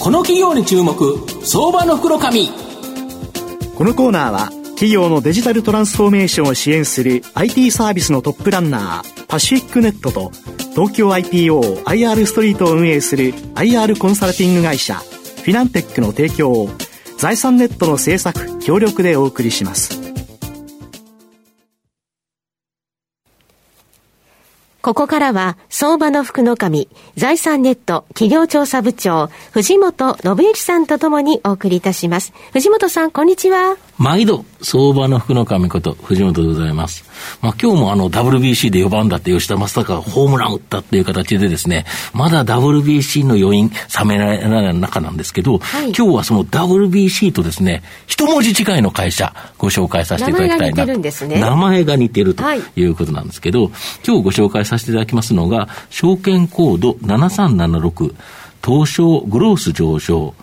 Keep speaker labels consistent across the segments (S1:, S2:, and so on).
S1: この企業に注目、相場の福の神。
S2: このコーナーは企業のデジタルトランスフォーメーションを支援する IT サービスのトップランナーパシフィックネットと、東京 IPO IR ストリートを運営する IR コンサルティング会社フィナンテックの提供を財産ネットの制作協力でお送りします。
S3: ここからは相場の福の神、財産ネット企業調査部長藤本信之さんとともにお送りいたします。藤本さん、こんにちは。
S4: 毎度相場の福の神こと藤本でございます。今日もWBC で4番だって吉田正尚がホームラン打ったっていう形でですね、まだ WBC の余韻冷められない中なんですけど、今日はその WBC とですね、一文字違いの会社ご紹介させていただきたいな。名前が似てるんですね。名前が似てるということなんですけど、今日ご紹介させていただきますのが、証券コード7376東証グロース上場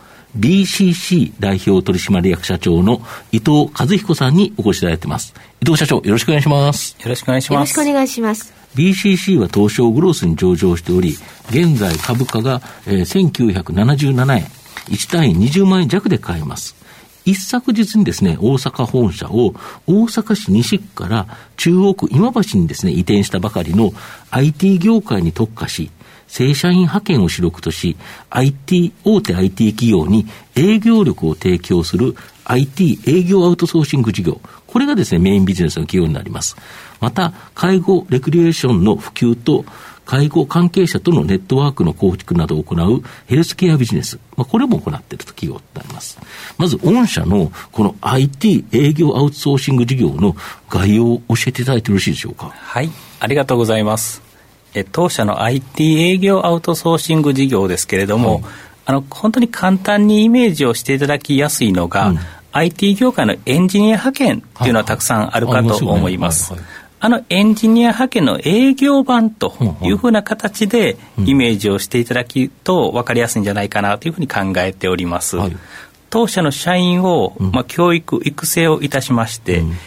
S4: BCC 代表取締役社長の伊藤和彦さんにお越しいただいています。伊藤社長、よろしくお願いします。
S5: よろしくお願いします。
S3: よろしくお願いします。
S4: BCC は東証グロースに上場しており、現在株価が、1977円、1単位20万円弱で買えます。一昨日にですね、大阪本社を大阪市西区から中央区今橋にですね、移転したばかりの IT 業界に特化し、正社員派遣を主力とし、大手 IT 企業に営業力を提供する IT 営業アウトソーシング事業。これがですね、メインビジネスの企業になります。また、介護レクリエーションの普及と、介護関係者とのネットワークの構築などを行うヘルスケアビジネス。これも行っている企業になります。まず、御社のこの IT 営業アウトソーシング事業の概要を教えていただいてよろしいでしょうか。
S5: はい、ありがとうございます。当社の IT 営業アウトソーシング事業ですけれども、本当に簡単にイメージをしていただきやすいのが、IT 業界のエンジニア派遣っていうのはたくさんあるかと思います。エンジニア派遣の営業版というふうな形でイメージをしていただくと分かりやすいんじゃないかなというふうに考えております。当社の社員を、教育育成をいたしまして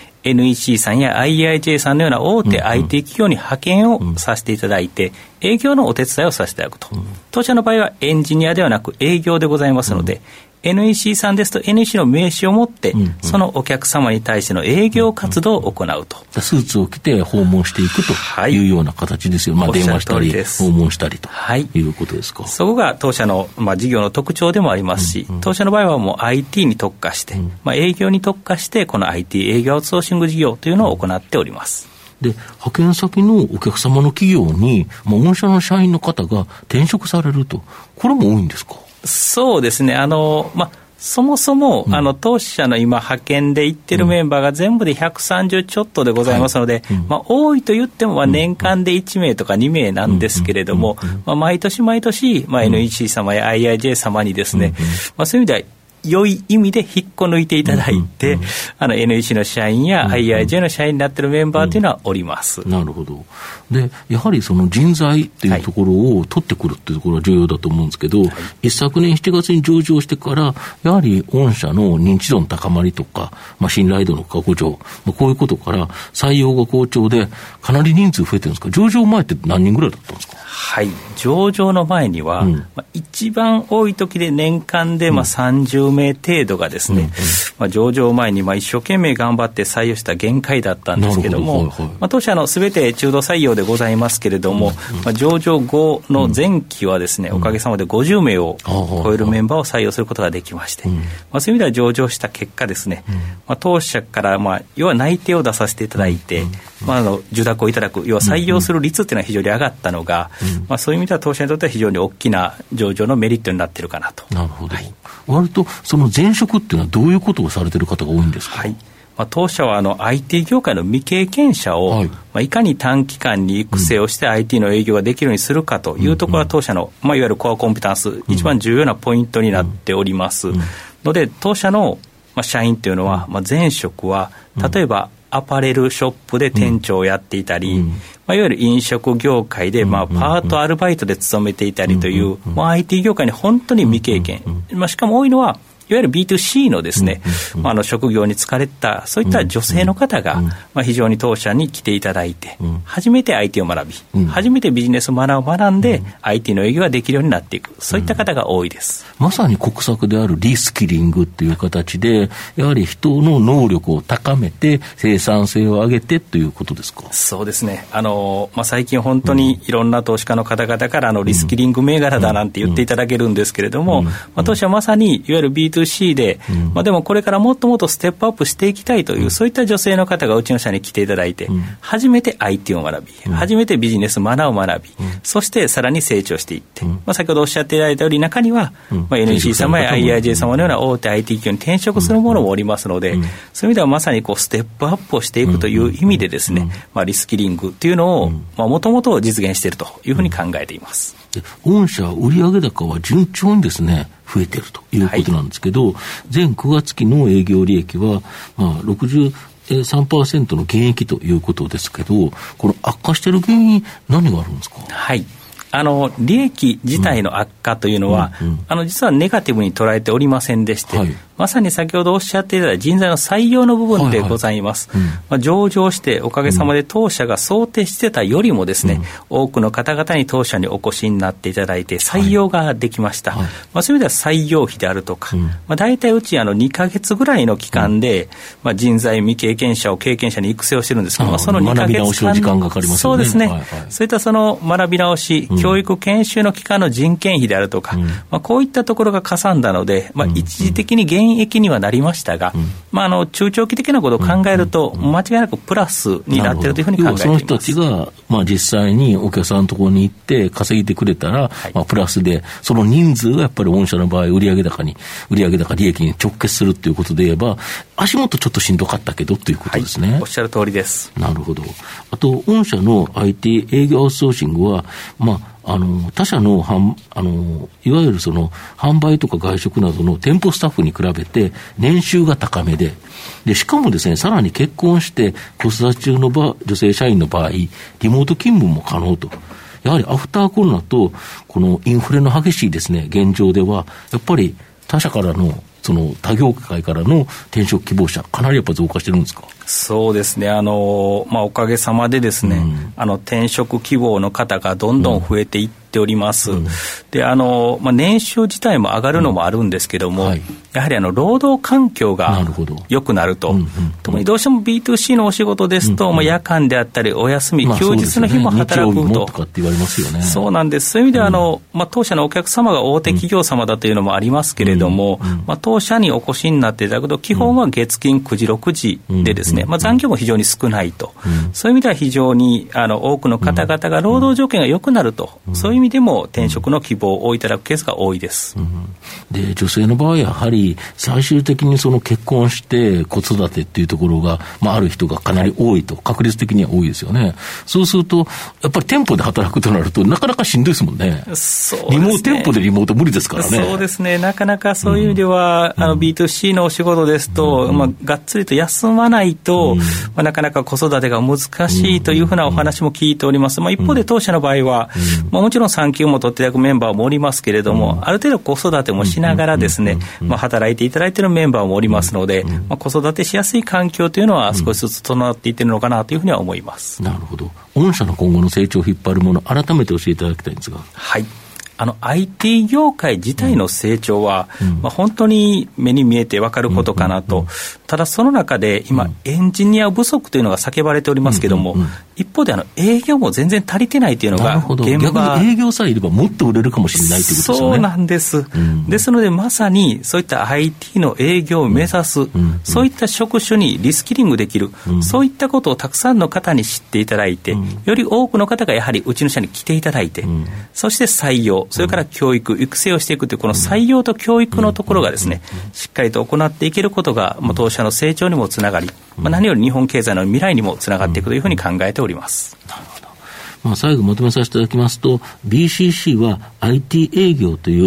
S5: 、NEC さんや IIJ さんのような大手 IT 企業に派遣をさせていただいて、営業のお手伝いをさせていただくと。当社の場合はエンジニアではなく営業でございますので、NEC さんですと NEC の名刺を持って、そのお客様に対しての営業活動を行うと。
S4: スーツを着て訪問していくというような形ですよ。電話したり訪問したりということですか。
S5: そこが当社の、事業の特徴でもありますし、当社の場合はもう IT に特化して、営業に特化してこの IT 営業アウトソーシング事業というのを行っております。
S4: で、派遣先のお客様の企業に、御社の社員の方が転職されると、これも多いんですか。
S5: そうですね。そもそも、当社の今派遣で行ってるメンバーが全部で130ちょっとでございますので、多いと言っても年間で1名とか2名なんですけれども、毎年毎年、NEC 様や IIJ 様にですね、そういう意味では良い意味で引っこ抜いていただいて、NEC の社員や IIJ の社員になっているメンバーというのはおります。
S4: なるほど。で、やはりその人材っていうところを取ってくるっていうところは重要だと思うんですけど、一昨年7月に上場してから、やはり御社の認知度の高まりとか、信頼度の向上、こういうことから採用が好調で、かなり人数増えてるんですか。上場前って何人ぐらいだったんですか。
S5: はい、上場の前には、一番多い時で年間で30名程度がですね、上場前に一生懸命頑張って採用した限界だったんですけども、当社すべて中途採用でございますけれども、上場後の前期はですね、おかげさまで50名を超えるメンバーを採用することができまして、そういう意味では上場した結果ですね、当社から要は内定を出させていただいて、受託をいただく、要は採用する率っていうのは非常に上がったのが、そういう意味では当社にとっては非常に大きな上場のメリットになっているかなと。
S4: なるほど。割とその前職っていうのはどういうことをされている方が多いんですか。
S5: 当社はIT 業界の未経験者を、いかに短期間に育成をして IT の営業ができるようにするかというところは当社の、いわゆるコアコンピタンス、一番重要なポイントになっておりますので、当社の社員というのは、前職は例えばアパレルショップで店長をやっていたり、いわゆる飲食業界で、パートアルバイトで勤めていたりという、IT 業界に本当に未経験、しかも多いのは要ゆる B2C のですね、職業に就かれたそういった女性の方が、非常に当社に来ていただいて、初めて IT を学び、初めてビジネスマナーを学んで、IT の営業ができるようになっていく、そういった方が多いです。
S4: まさに国策であるリスキリングっていう形で、やはり人の能力を高めて生産性を上げてということですか。
S5: そうですね。最近本当にいろんな投資家の方々からリスキリング銘柄だなんて言っていただけるんですけれども、当社はまさにいわゆる B2C で、でもこれからもっともっとステップアップしていきたいという、そういった女性の方がうちの社に来ていただいて、初めて IT を学び、初めてビジネスマナーを学び、そしてさらに成長していって、先ほどおっしゃっていただいたより中には、NEC 様や IIJ 様のような大手 IT 企業に転職するものもおりますので、そういう意味ではまさにステップアップをしていくという意味でですね、リスキリングというのをもともと実現しているというふうに考えています。
S4: 御社売上高は順調にですね増えているということなんですけど、前9月期の営業利益は63% の減益ということですけど、この悪化している原因何があるんですか。
S5: はい、利益自体の悪化というのは、実はネガティブに捉えておりませんでして、まさに先ほどおっしゃっていただいた人材の採用の部分でございます。上場しておかげさまで当社が想定してたよりもですね、多くの方々に当社にお越しになっていただいて採用ができました。そういう意味では採用費であるとか、大体うち2ヶ月ぐらいの期間で、人材未経験者を経験者に育成をしてるんですけど、その2ヶ月間
S4: 学び直しの時間がかかりますよね。
S5: そうですね。そういったその学び直し、教育研修の期間の人件費であるとか、こういったところがかさんだので、一時的に減益にはなりましたが、中長期的なことを考えると、間違いなくプラスになっているというふうに考えています。
S4: その人たちが、実際にお客さんのところに行って稼いでくれたら、プラスで、その人数がやっぱり御社の場合、売上高利益に直結するということで言えば、足元ちょっとしんどかったけどということですね。
S5: おっしゃる通りです。
S4: なるほど。あと、御社の IT 営業アウトソーシングは、他社のいわゆるその販売とか外食などの店舗スタッフに比べて年収が高めで、しかもですね、さらに結婚して子育て中の女性社員の場合、リモート勤務も可能と。やはりアフターコロナとこのインフレの激しいですね、現状では、やっぱり他社からのその他業界からの転職希望者、かなりやっぱ増加してるんですか。
S5: そうですね。おかげさまでですね、転職希望の方がどんどん増えていっております。で、年収自体も上がるのもあるんですけども、やはり労働環境が良くなると、特にどうしても B2C のお仕事ですと、夜間であったりお休み、休日の日も働くと、そうなんです。そういう意味では当社のお客様が大手企業様だというのもありますけれども、当社にお越しになっていただくと、基本は月金9時6時でですね、残業も非常に少ないと、そういう意味では非常に多くの方々が労働条件が良くなると、そういう意味でも転職の希望をいただくケースが多いです。
S4: で、女性の場合やはり最終的にその結婚して子育てっていうところが、ある人がかなり多いと、確率的には多いですよね。そうするとやっぱり店舗で働くとなるとなかなかしんどいですもんね。
S5: そうですね。
S4: 店舗でリモート無理ですからね。
S5: そうですね。なかなかそういう意味では、B2C のお仕事ですと、がっつりと休まないと、なかなか子育てが難しいというふうなお話も聞いております。一方で当社の場合は、もちろん産休も取っていただくメンバーもおりますけれども、ある程度子育てもしながらですね、働いていただいているメンバーもおりますので、子育てしやすい環境というのは少しずつ整っていっているのかなというふうには思います。
S4: なるほど。御社の今後の成長を引っ張るもの、改めて教えていただきたいんですが。
S5: はい。IT 業界自体の成長は、本当に目に見えて分かることかなと。ただその中で今、エンジニア不足というのが叫ばれておりますけれども、一方で営業も全然足りてないというのが現場。
S4: 逆に営業さえいればもっと売れるかもしれないということですよね。
S5: そうなんです。ですのでまさにそういった IT の営業を目指す、そういった職種にリスキリングできる、そういったことをたくさんの方に知っていただいて、より多くの方がやはりうちの社に来ていただいて、そして採用、それから教育、育成をしていくというこの採用と教育のところがですね、しっかりと行っていけることが当社の成長にもつながり、何より日本経済の未来にもつながっていくというふうに考えております。
S4: なるほど。最後まとめさせていただきますと、BCC は IT 営業という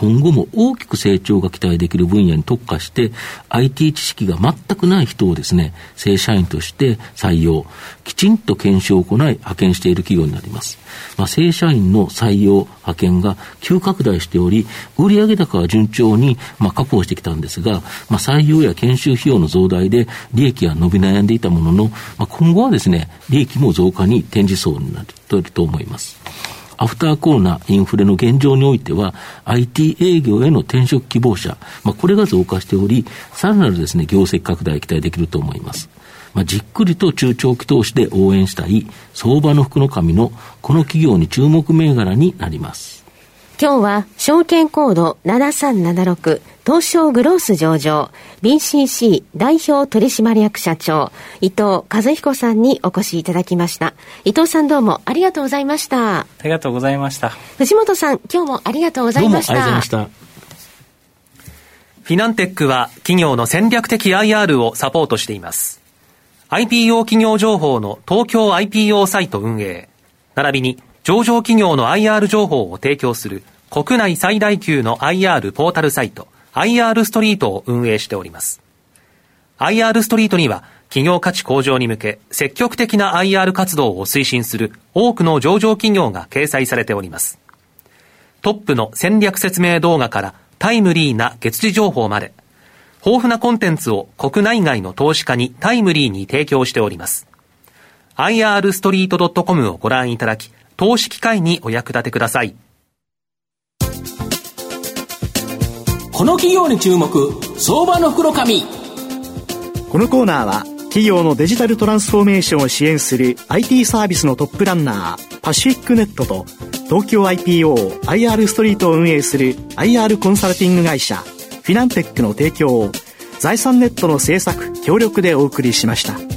S4: 今後も大きく成長が期待できる分野に特化して IT 知識が全くない人をですね、正社員として採用、きちんと研修を行い派遣している企業になります。正社員の採用派遣が急拡大しており、売上高は順調に確保してきたんですが、採用や研修費用の増大で利益は伸び悩んでいたものの、今後はですね、利益も増加に転じそうになると思います。アフターコロナインフレの現状においては IT 営業への転職希望者、これが増加しており、さらなるですね、業績拡大期待できると思います。じっくりと中長期投資で応援したい相場の福の神のこの企業に注目銘柄になります。
S3: 今日は証券コード7376東証グロース上場 BCC 代表取締役社長伊藤和彦さんにお越しいただきました。伊藤さん、どうもありがとうございました。
S5: ありがとうございました。
S3: 藤本さん、今日もありがとうございました。
S4: どうもありがとうございました。
S6: フィナンテックは企業の戦略的 IR をサポートしています。IPO 企業情報の東京 IPO サイト運営、並びに上場企業の IR 情報を提供する国内最大級の IR ポータルサイト IR ストリートを運営しております。IR ストリートには企業価値向上に向け積極的な IR 活動を推進する多くの上場企業が掲載されております。トップの戦略説明動画からタイムリーな月次情報まで、豊富なコンテンツを国内外の投資家にタイムリーに提供しております。irstreet.com をご覧いただき、投資機会にお役立てください。
S1: この企業に注目、相場の福の神。
S2: このコーナーは企業のデジタルトランスフォーメーションを支援する IT サービスのトップランナーパシフィックネットと東京 IPO IR ストリートを運営する IR コンサルティング会社フィナンテックの提供を財産ネットの制作協力でお送りしました。